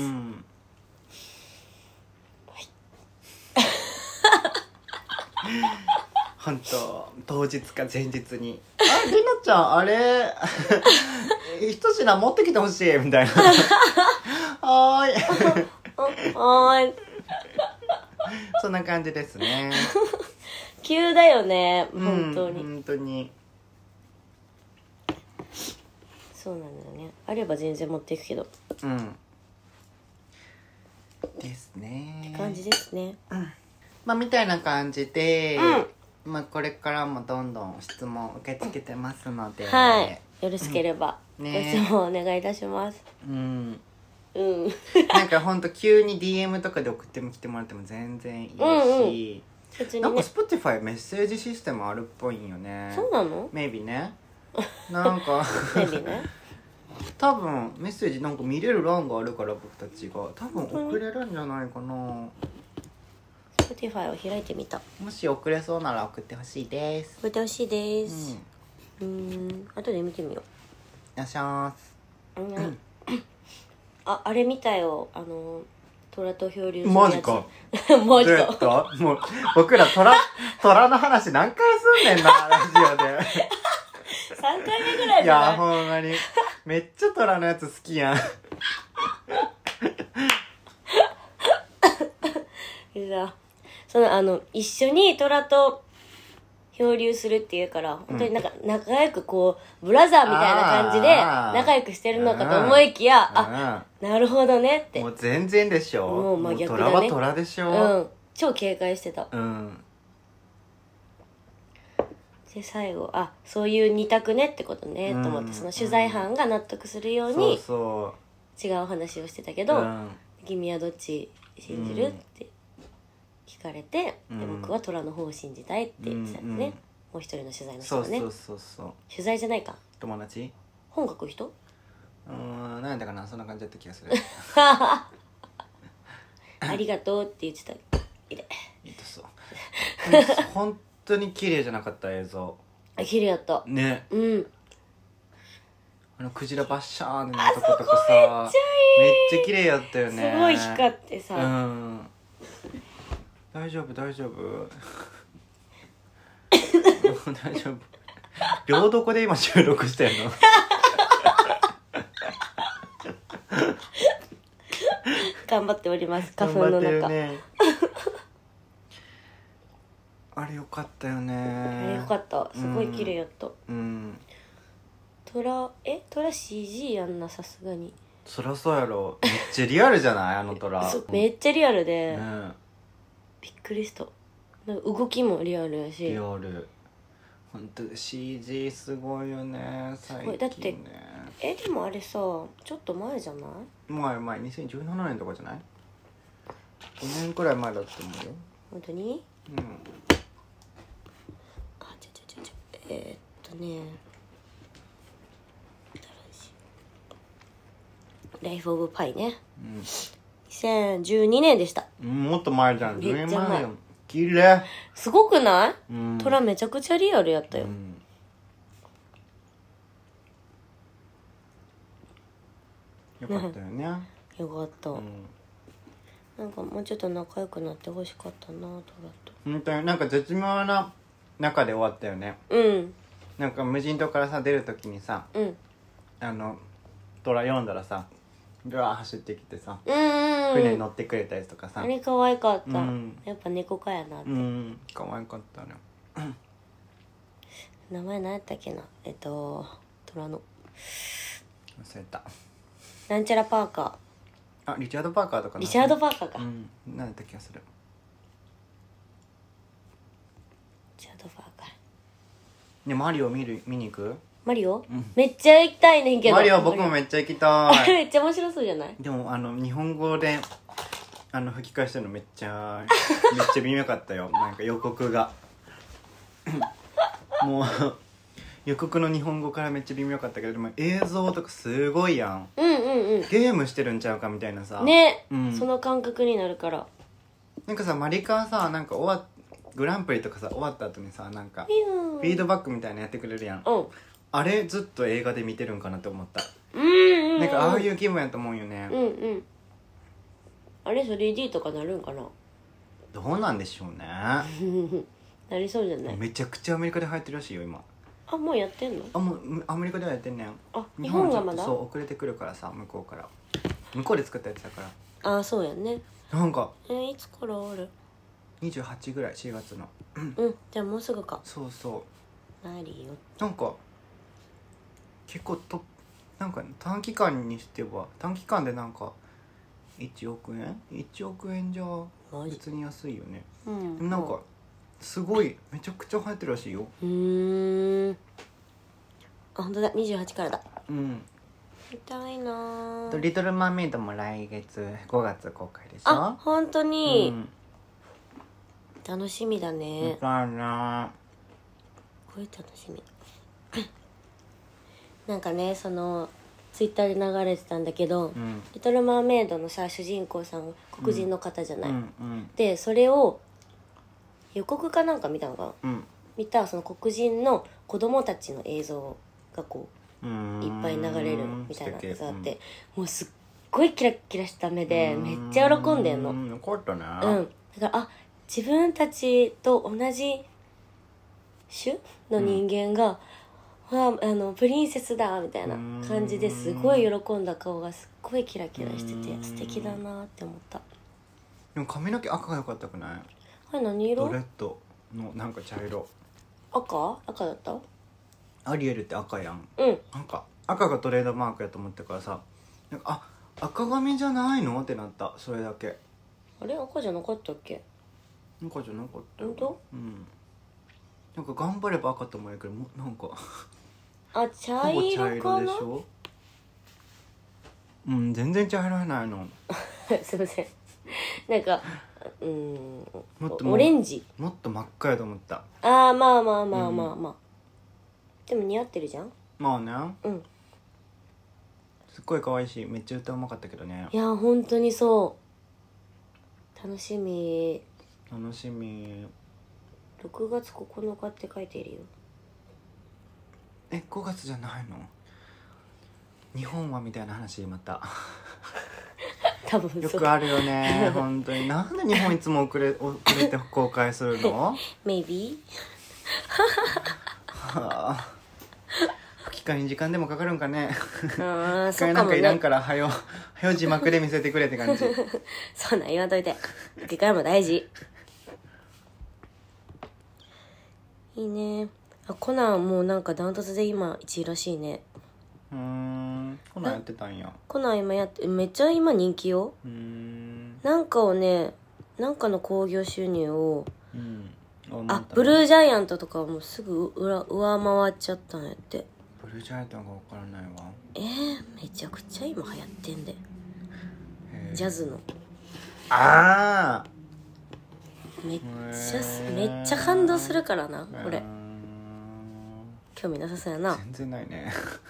ほんと当日か前日にあ、りなちゃんあれ一品持ってきてほしいみたいなはーいはーいそんな感じですね急だよね本当に、 本当にそうなんだよね。あれば全然持っていくけどですねって感じですね、 まあみたいな感じで、まあこれからもどんどん質問受け付けてますので、 はい、よろしければ、ごね、 質問お願いいたします。 なんかほんと急に DM とかで送ってきてもらっても全然いいし、 別にね、 なんか Spotify メッセージシステムあるっぽいんよね。 そうなの？ Maybe ねなんか Maybe ね多分メッセージなんか見れる欄があるから僕たちが多分送れるんじゃないかな。 Spotify を開いてみた。 もし送れそうなら送ってほしいです。 送ってほしいです。後で見てみよう。よっしゃーす。 あれ見たよ。虎と漂流するやつ。マジか。 マジか。もう僕ら虎の話何回すんねんなラジオで。 3回目ぐらいじゃない？ いやほんまにめっちゃ虎のやつ好きやん。 一緒に虎と漂流するっていうから本当になんか仲良くこうブラザーみたいな感じで仲良くしてるのかと思いきや、なるほどねって。 もう全然でしょ。 もう真逆だね。 虎は虎でしょ。 超警戒してた。で最後そういう二択ねってことねと思って、その取材班が納得するように違う話をしてたけど、君はどっち信じるって聞かれて、で僕は虎の方を信じたいって言ってたんですね、もう一人の取材の人がね。そう取材じゃないか、 友達、 本書く人、 なんだかな、そんな感じだった気がするありがとうって言ってた。 そう本当に綺麗じゃなかった映像。 綺麗やったね。クジラバッシャーンのとことかさ、めっちゃ綺麗やったよね。 すごい光ってさ、 大丈夫大丈夫大丈夫。両どこで今収録してんの頑張っております、花粉の中。頑張ってるねあれよかったよね。 あれよかった、すごい綺麗やった。虎 CG やんな、さすがに。 そりゃそうやろ、めっちゃリアルじゃないあの虎めっちゃリアルで、びっくりした。なんか動きもリアルやし、 リアル。本当 CG すごいよね最近ね。だってでもあれさちょっと前じゃない？ 前2017年とかじゃない？ 5 年くらい前だと思うよ。 本当に？ライフオブパイね、2012年でした。 もっと前じゃん、10年前よ。 綺麗。 すごくない？ うん、 虎めちゃくちゃリアルやったよ、 よかったよね。 よかった、なんかもうちょっと仲良くなってほしかったな、虎と。 本当になんか絶妙な中で終わったよね。なんか無人島からさ出る時にさ、虎読んだらさうわー走ってきてさ、船に乗ってくれたやつとかさ、 あれ可愛かった、やっぱ猫かやなって。 可愛かったね。 名前何やったっけな、虎の忘れた。 なんちゃらパーカー、リチャード・パーカーとか。 リチャード・パーカーか、 何だった気がする。 リチャード・パーカー。 ね、マリオ見に行く？ マリオ、めっちゃ行きたいねんけど。 マリオ僕もめっちゃ行きたい。 めっちゃ面白そうじゃない？ でも日本語で吹き替えしてるのめっちゃ微妙かったよ。なんか予告がもう予告の日本語からめっちゃ微妙かったけど、でも映像とかすごいやん。ゲームしてるんちゃうかみたいなさね、その感覚になるから。 なんかさ、マリカーさ、なんかグランプリとかさ終わった後にさ、なんかフィードバックみたいなやってくれるやん。あれずっと映画で見てるんかなって思った。なんかああいう気分やと思うよね。あれ 3D とかなるんかな。 どうなんでしょうね。 なりそうじゃない？ めちゃくちゃアメリカで流行ってるらしいよ今。 もうやってんの？ もうアメリカではやってんねん。 日本がまだそう遅れてくるからさ、向こうで作ったやつだから。 そうやね。 なんかいつからある ？28ぐらい、4月の。 じゃあもうすぐか。 そうそうなりよ。 なんか結構なんか短期間にしては短期間でなんか1億円じゃ別に安いよね。でもなんかすごいめちゃくちゃ流行ってるらしいよ。 本当だ、28からだ。見たいな。 リトルマーメイドも来月5月公開でしょ。 本当に、楽しみだね。 見たいな。 すごい楽しみ。なんかね、そのツイッターで流れてたんだけど、リトルマーメイドのさ主人公さん黒人の方じゃない、でそれを予告かなんか見たのかな、見たその黒人の子供たちの映像がこういっぱい流れるみたいなやつがあって、もうすっごいキラキラした目でめっちゃ喜んでんの。 よかったね。 だから自分たちと同じ種の人間が、プリンセスだみたいな感じですごい喜んだ顔がすっごいキラキラしてて素敵だなって思った。 でも髪の毛赤が良かったくない？ あれ何色？ ドレッドのなんか茶色。 赤だった？ アリエルって赤やん。なんか赤がトレードマークやと思ったからさ、なんか赤髪じゃないのってなった。それだけ。 あれ赤じゃなかったっけ？ 赤じゃなかったよ。 本当？ なんか頑張れば赤と思うけどなんか茶色かな？ でしょ。全然茶色じゃないの。 すいません。なんかもっとオレンジ。 もっと真っ赤やと思った。 まあでも似合ってるじゃん。 まあね。すっごい可愛いしめっちゃ歌うまかったけどね。 いや本当にそう。楽しみ。6月9日って書いているよ。 5月じゃないの？日本はみたいな話また多分よくあるよね。本当になんで日本いつも遅れて公開するの？ Maybe 吹き替えに時間でもかかるんかね。 そうかもね。 吹き替えなんかいらんからはよ字幕で見せてくれって感じ。 そんなん言わんといて。吹き替えも大事。いいね。コナンもうなんかダントツで今1位らしいね。 コナンやってたんや。 コナン今やってめっちゃ今人気よ。なんかをね、なんかの興行収入を、ブルージャイアントとかもすぐ上回っちゃったんやって。 ブルージャイアントが分からないわ。 めちゃくちゃ今流行ってんで。ジャズのめっちゃ感動するからなこれ。興味なさそうやな。 全然ないね。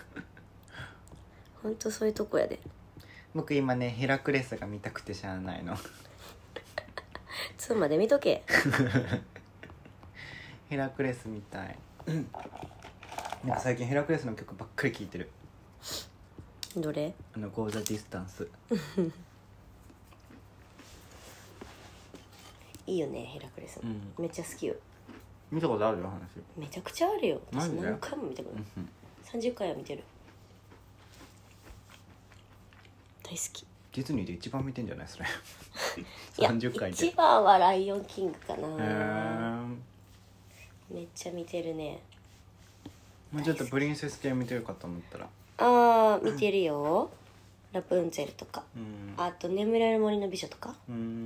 ほんとそういうとこやで。 僕今ねヘラクレスが見たくてしゃあないの。 2まで見とけ。 ヘラクレスみたい。なんか最近ヘラクレスの曲ばっかり聴いてる。 どれ？ Go the Distance。 いいよねヘラクレス、めっちゃ好きよ。 見たことあるよ話。 めちゃくちゃあるよ。私マジで何回も見たことない、30回は見てる。大好き。 ディズニーで一番見てんじゃないそれ。 いや 30回で一番はライオンキングかな。めっちゃ見てるね。 もうちょっとプリンセス系見てるかと思ったら。 あー見てるよ、ラプンツェルとか、 うん、 あと眠れる森の美女とか、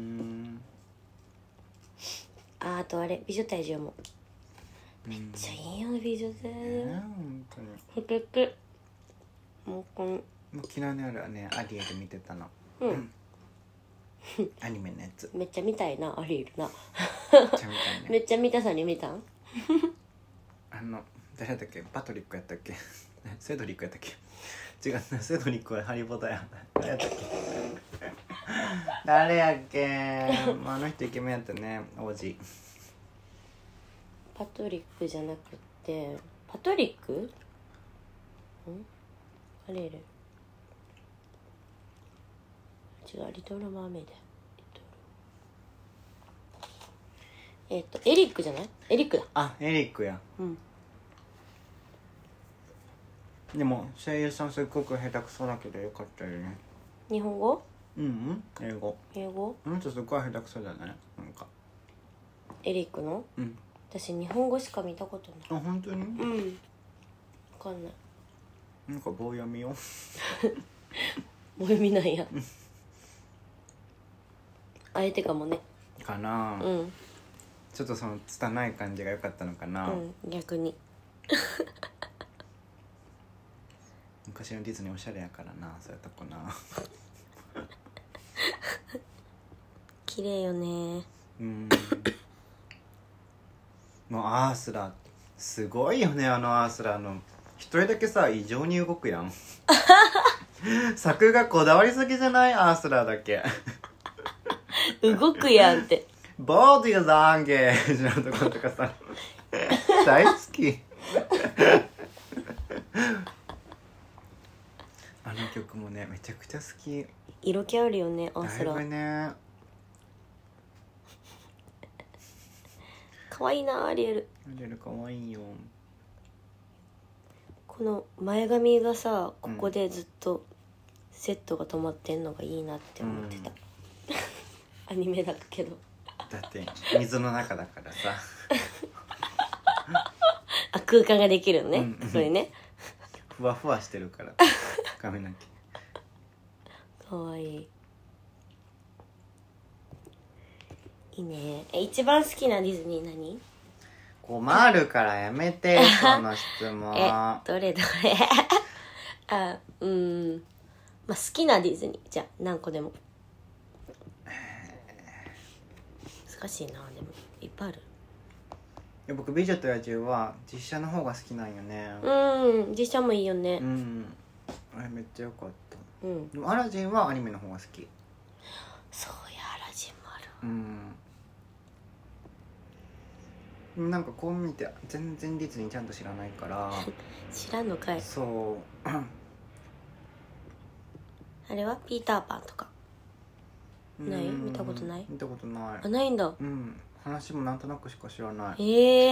あとあれ美女対獣もめっちゃいいよ美女対獣。 本当にふくくもうこのもう昨日の夜はねアリエル見てたの。アニメのやつめっちゃ見たいなアリエルな。 めっちゃ見たいね。 めっちゃ見たさに見たん。 誰だっけ、パトリックやったっけ。セドリックやったっけ。違うな、セドリックはハリーポッターや。誰やったっけ。誰やっけ。あの人イケメンやったね、王子。 パトリックじゃなくてパトリックアリエル違う、リトルマーメイド。エリックじゃない？エリックだ。 あ、エリックや。でも声優さんすっごく下手くそだけどよかったよね。 日本語？ 英語。 英語？ あの人すっごい下手くそだね。なんかエリックの？私日本語しか見たことない。 あ、本当に？ 分かんない。 なんか棒読みよ。 棒読みなんや。あえてかもね。 かな。ちょっとその拙い感じが良かったのかな。 逆に。 昔のディズニーおしゃれやからな、そうやった子な。 綺麗よね。 もうアースラすごいよね。アースラ一人だけさ異常に動くやん。作がこだわりすぎじゃない？アースラだけ動くやんって。 ボディーランゲージのところとかさ大好き。あの曲もねめちゃくちゃ好き。 色気あるよねアースラ。 だいぶね。 可愛いなアリエル。 アリエル可愛いよ。 この前髪がさここでずっとセットが止まってんのがいいなって思ってた。アニメだけど。 だって水の中だからさ。 あ、空間ができるのね、それね。 ふわふわしてるから髪の毛。 かわいい。いいね。一番好きなディズニー何？ 困るからやめてその質問。 どれあ、まあ好きなディズニーじゃあ何個でも。難しいな。でもいっぱいある。 いや僕美女と野獣は実写の方が好きなんよね。 実写もいいよね。 あれめっちゃ良かった。でもアラジンはアニメの方が好き。 そうや、アラジンもある。なんかこう見て全然ディズニーちゃんと知らないから知らんのかい。 そうあれはピーターパンとかない？見たことない？ 見たことない。 あ、ないんだ。 話もなんとなくしか知らない。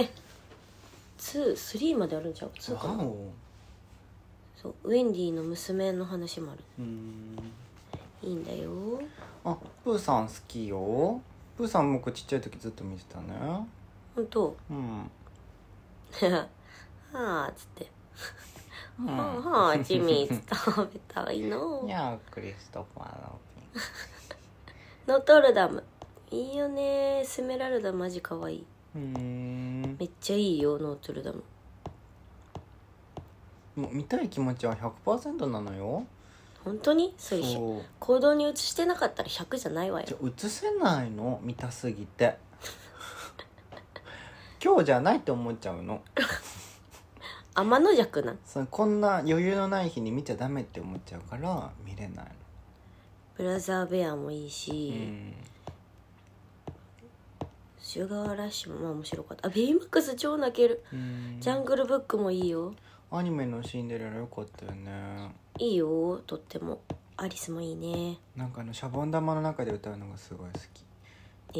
2、3まであるんちゃう？2かな。そう、ウェンディの娘の話もある。いいんだよ。 あ、プーさん好きよ。プーさん僕ちっちゃい時ずっと見てたね。 ほんと？はあっつってはあジミー食べたいの。 いやクリストファー・ロビン。 ノートルダムいいよね。エスメラルダマジかわいい。めっちゃいいよノートルダム。 もう見たい気持ちは 100% なのよ。 本当に？それ行動に移してなかったら100じゃないわよ。 移せないの見たすぎて。今日じゃないって思っちゃうの。 天の弱な。 こんな余裕のない日に見ちゃダメって思っちゃうから見れないの。 ブラザーベアもいいし、 シュガーラッシュもまあ面白かった。ベイマックス超泣ける。ジャングルブックもいいよ。 アニメのシンデレラ良かったよね。 いいよとっても。アリスもいいね。 なんかシャボン玉の中で歌うのがすごい好き。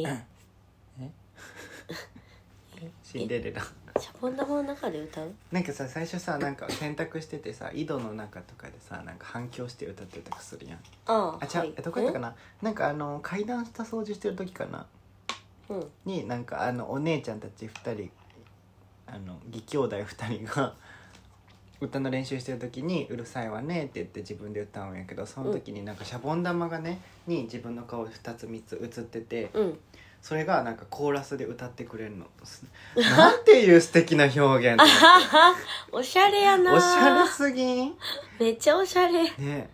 シンデレラシャボン玉の中で歌う？ なんかさ、最初さ、なんか洗濯しててさ、井戸の中とかでさ、なんか反響して歌ってたりするやん。 ああ、違う、どこやったかな。なんか階段下掃除してる時かな、になんかお姉ちゃんたち2人義兄弟2人が歌の練習してる時に「うるさいわね」って言って自分で歌うんやけど、その時になんかシャボン玉がねに自分の顔2つ3つ映ってて、それがなんかコーラスで歌ってくれるの。なんていう素敵な表現おしゃれやな。 おしゃれすぎん？ めっちゃおしゃれね。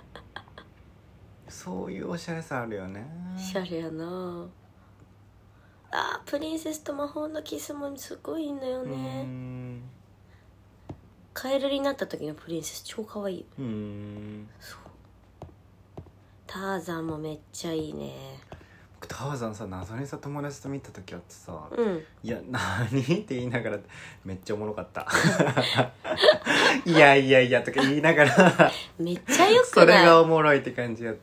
そういうおしゃれさあるよね。 おしゃれやな。プリンセスと魔法のキスもすごいいいんだよね。カエルになった時のプリンセス超可愛いよ。そうターザンもめっちゃいいね。 ターザンさ、謎にさ友達と見た時あってさ、 いや何って言いながらめっちゃおもろかったいやいやいやとか言いながらめっちゃよくない？ それがおもろいって感じやった。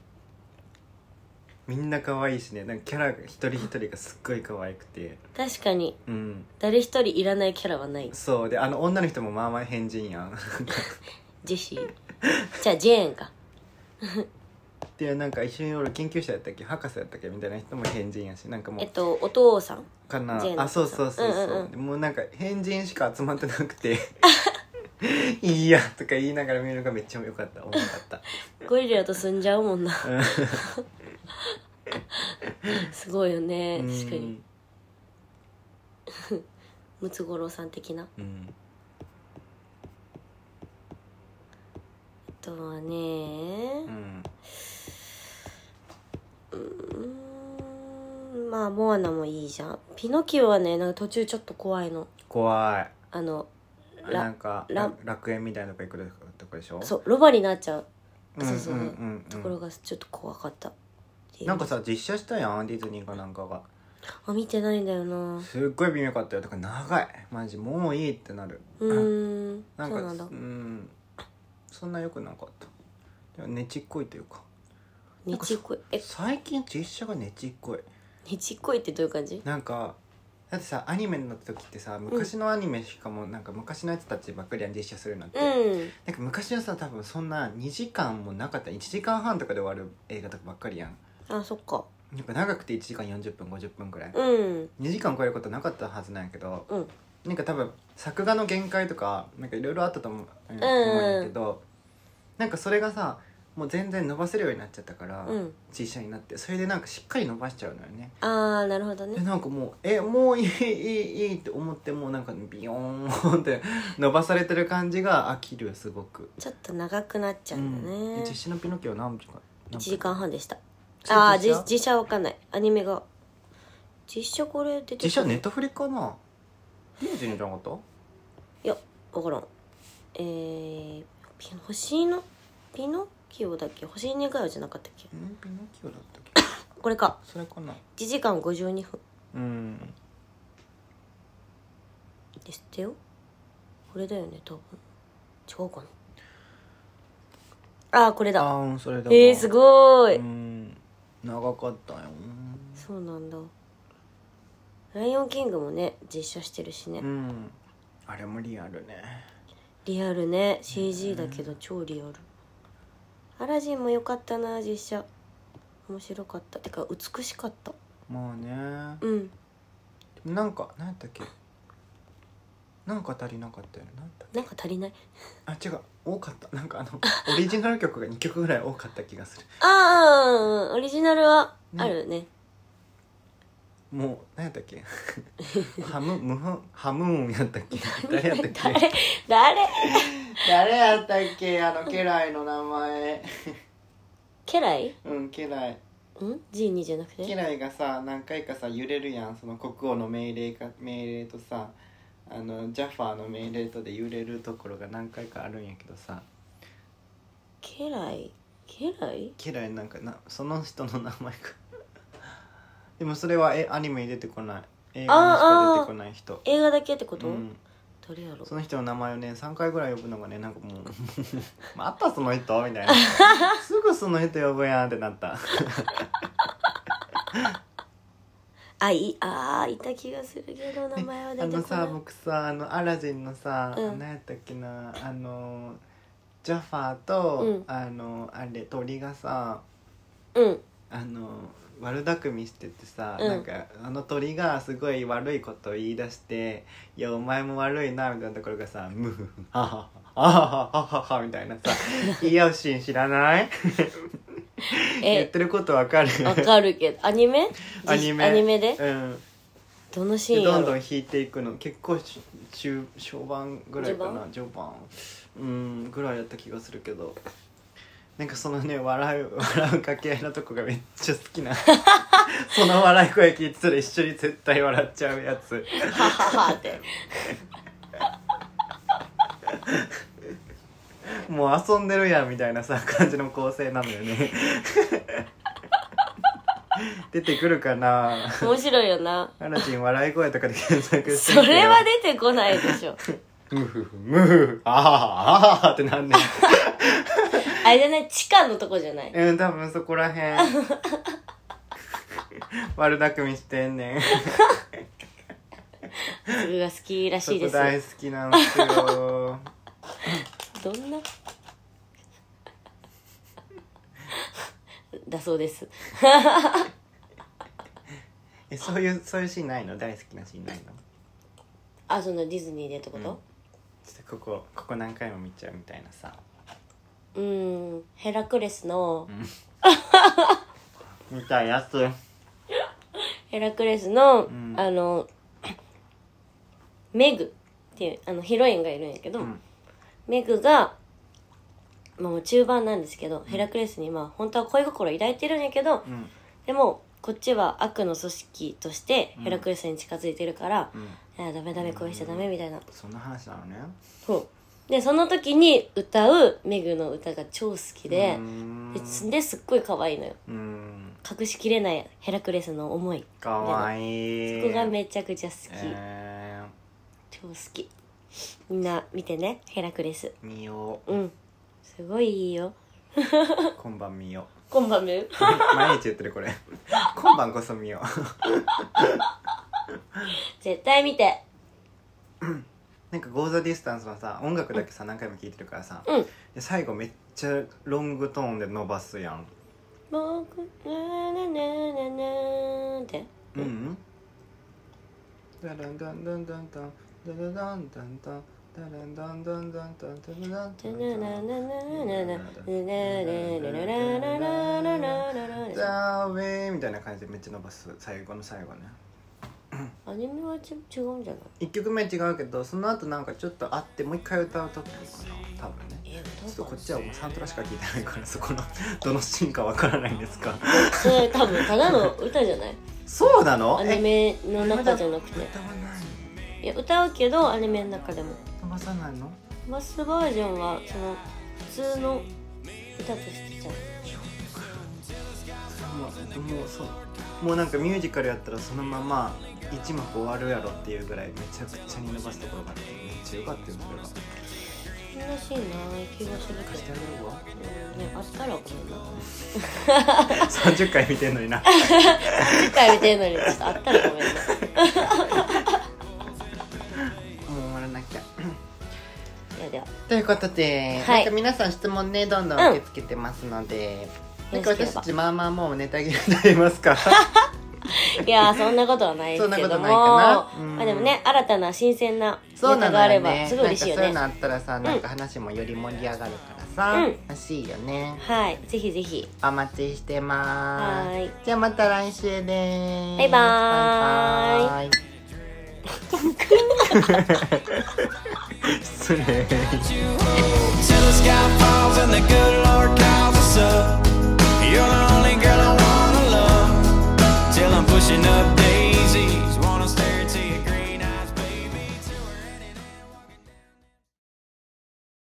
みんな可愛いしね、なんかキャラが一人一人がすっごい可愛くて。 確かに、誰一人いらないキャラはない。 そうで、女の人もまあまあ変人やんジェシーじゃあジェーンかで、なんか一緒におる研究者やったっけ博士やったっけみたいな人も変人やし、なんかもうお父さんかなあ、そう、もうなんか変人しか集まってなくていいやとか言いながら見るのがめっちゃ良かった。面白かったゴリラと住んじゃうもんなすごいよね。確かにムツゴロウさん的な。あとはね、まあモアナもいいじゃん。ピノキオはね、なんか途中ちょっと怖いの。 怖い。 なんか楽園みたいなとこ行くとこでしょ。 そう、ロバになっちゃう。ところがちょっと怖かった。 なんかさ、実写したやんディズニーかなんかが。 見てないんだよな。 すっごい微妙かったよ。だから長い、マジもういいってなる。なんかそんな良くなかった。ねちっこいというか。 ねちっこい。 最近実写がねちっこい。 ねちっこいってどういう感じ？ なんかだってさ、アニメの時ってさ、昔のアニメしかもなんか昔のやつたちばっかり実写するなんて、なんか昔はさ、多分そんな2時間もなかった。1時間半とかで終わる映画とかばっかりやん。 あ、そっか。 なんか長くて1時間40分50分くらい、2時間超えることなかったはずなんやけど、なんか多分作画の限界とかなんかいろいろあったと思うんやけど、なんかそれがさもう全然伸ばせるようになっちゃったから、実写になって、それでなんかしっかり伸ばしちゃうのよね。 なるほどね。 でなんかもうもういいって思ってもなんかビヨーンって伸ばされてる感じが飽きる。すごくちょっと長くなっちゃうんだね。 実写のピノキオは何時間 ？1時間半でした。実写わかんない。アニメが実写これ出て実写ネットフリかな。ディズニーじゃなかった？ いやわからん。ピノキオだっけ？星に願いじゃなかったっけ？ ピノキオだったっけこれか。 それかな。 1時間52分ですってよ。これだよね多分。違うかな。これだ。 それだ。 すごい。 長かったよ。 そうなんだ。ライオンキングもね実写してるしね。 あれもリアルね。 リアルね。 CG だけど超リアル。アラジンも良かったな実写。面白かった。てか美しかった。 まあね。なんか何やったっけ。なんか足りなかったよね。 なんか足りない。 違う、多かった。なんかオリジナル曲が2曲ぐらい多かった気がする。 オリジナルはあるね。 もう何やったっけハムーンやったっけ。誰やったっけ誰やったっけ。家来の名前家来？ 家来。 ジーニーじゃなくて家来がさ何回かさ揺れるやん。その国王の命令とさジャファーの命令とで揺れるところが何回かあるんやけどさ。 家来なんかその人の名前がでもそれはアニメに出てこない、映画にしか出てこない人。 映画だけってこと、 うん、 誰やろ。 その人の名前をね3回ぐらい呼ぶのがねなんかもうまたその人みたいなすぐその人呼ぶやんってなったいた気がするけど名前は出てこない。 さ僕さアラジンのさ、 うん、 何やったっけなジャファーと、 うん、 あれ鳥がさ、 うん、 悪巧みしててさ、 うん、 なんか鳥がすごい悪いことを言い出して「いやお前も悪いな」みたいなところがさ「ムフフハハハハハハ」みたいなさ言い合うシーン知らない言ってることわかるわかるけどアニメアニメで、 うん、 どのシーンやろ。 どんどん引いていくの結構終盤ぐらいかな、序盤ぐらいやった気がするけど、なんかそのね笑う掛け合いのとこがめっちゃ好きなその笑い声聞いてたら一緒に絶対笑っちゃうやつはははってもう遊んでるやんみたいなさ感じの構成なのよね出てくるかな。 面白いよな。 アラジン笑い声とかで検索してそれは出てこないでしょムフフムフフあーってなんねんあれじゃない、地下のとこじゃない。 多分そこらへん悪巧みしてんねんそれが好きらしいです。 そこ大好きなんですよどんなだそうですそういうシーンないの？大好きなシーンないの？ そのディズニーでってこと、 ここ何回も見ちゃうみたいなさ。 ヘラクレスの、 見たいやつ。 ヘラクレスの、メグっていうヒロインがいるんやけど、メグがもう中盤なんですけど、ヘラクレスに本当は恋心を抱いてるんやけど、でもこっちは悪の組織としてヘラクレスに近づいてるから、ダメ恋しちゃダメみたいな、 そんな話なのね。 そうで、その時に歌うメグの歌が超好きですっごい可愛いのよ。隠しきれないヘラクレスの思い。 かわいい。 そこがめちゃくちゃ好き、超好き。みんな見てね、ヘラクレス見よう。すごいいいよ今晩見よ今晩見る毎日言ってるこれ今晩こそ見よ絶対見てなんか Go the Distance はさ音楽だけさ何回も聴いてるからさ、で最後めっちゃロングトーンで伸ばすやん。 僕なななななってダランダンダンダンダンダラダンダンダンダランダンダンダンダンダラダンダンダンみたいな感じでめっちゃ伸ばす最後の最後ね。 アニメは違うんじゃない？ 1曲目違うけどその後なんかちょっとあってもう一回歌うとったのかな多分ね。ちょっとこっちはもうサントラしか聴いてないからそこのどのシーンかわからないんですかそれ多分ただの歌じゃない？ そうなの？ アニメの中じゃなくて。 歌わない。 いや歌うけどアニメの中でも飛ばさないの？ 飛ばすバージョンはその普通の歌としてちゃう。 もうなんかミュージカルやったらそのまま一幕終わるやろっていうぐらいめちゃくちゃに伸ばすところがあってめっちゃ良かったよそれが。 そんなシーンない気がするけど。 してあげるわ。 ね、あったらごめんな 30回見てんのにな 30回見てんのにちょっとあったらごめんなもう終わらなきゃではということで、なんか皆さん質問ねどんどん受け付けてますので、なんか私たちまあまあもうネタ切れになりますかいやそんなことはないですけども、 そんなことないかな、 まあでもね新たな新鮮なネタがあればすごい嬉しいよね。 そういうのあったらさ、なんか話もより盛り上がるからさ、欲しいよね。 はい、ぜひぜひお待ちしてます。 はい、 じゃあまた来週です。 バイバーイ。 失礼。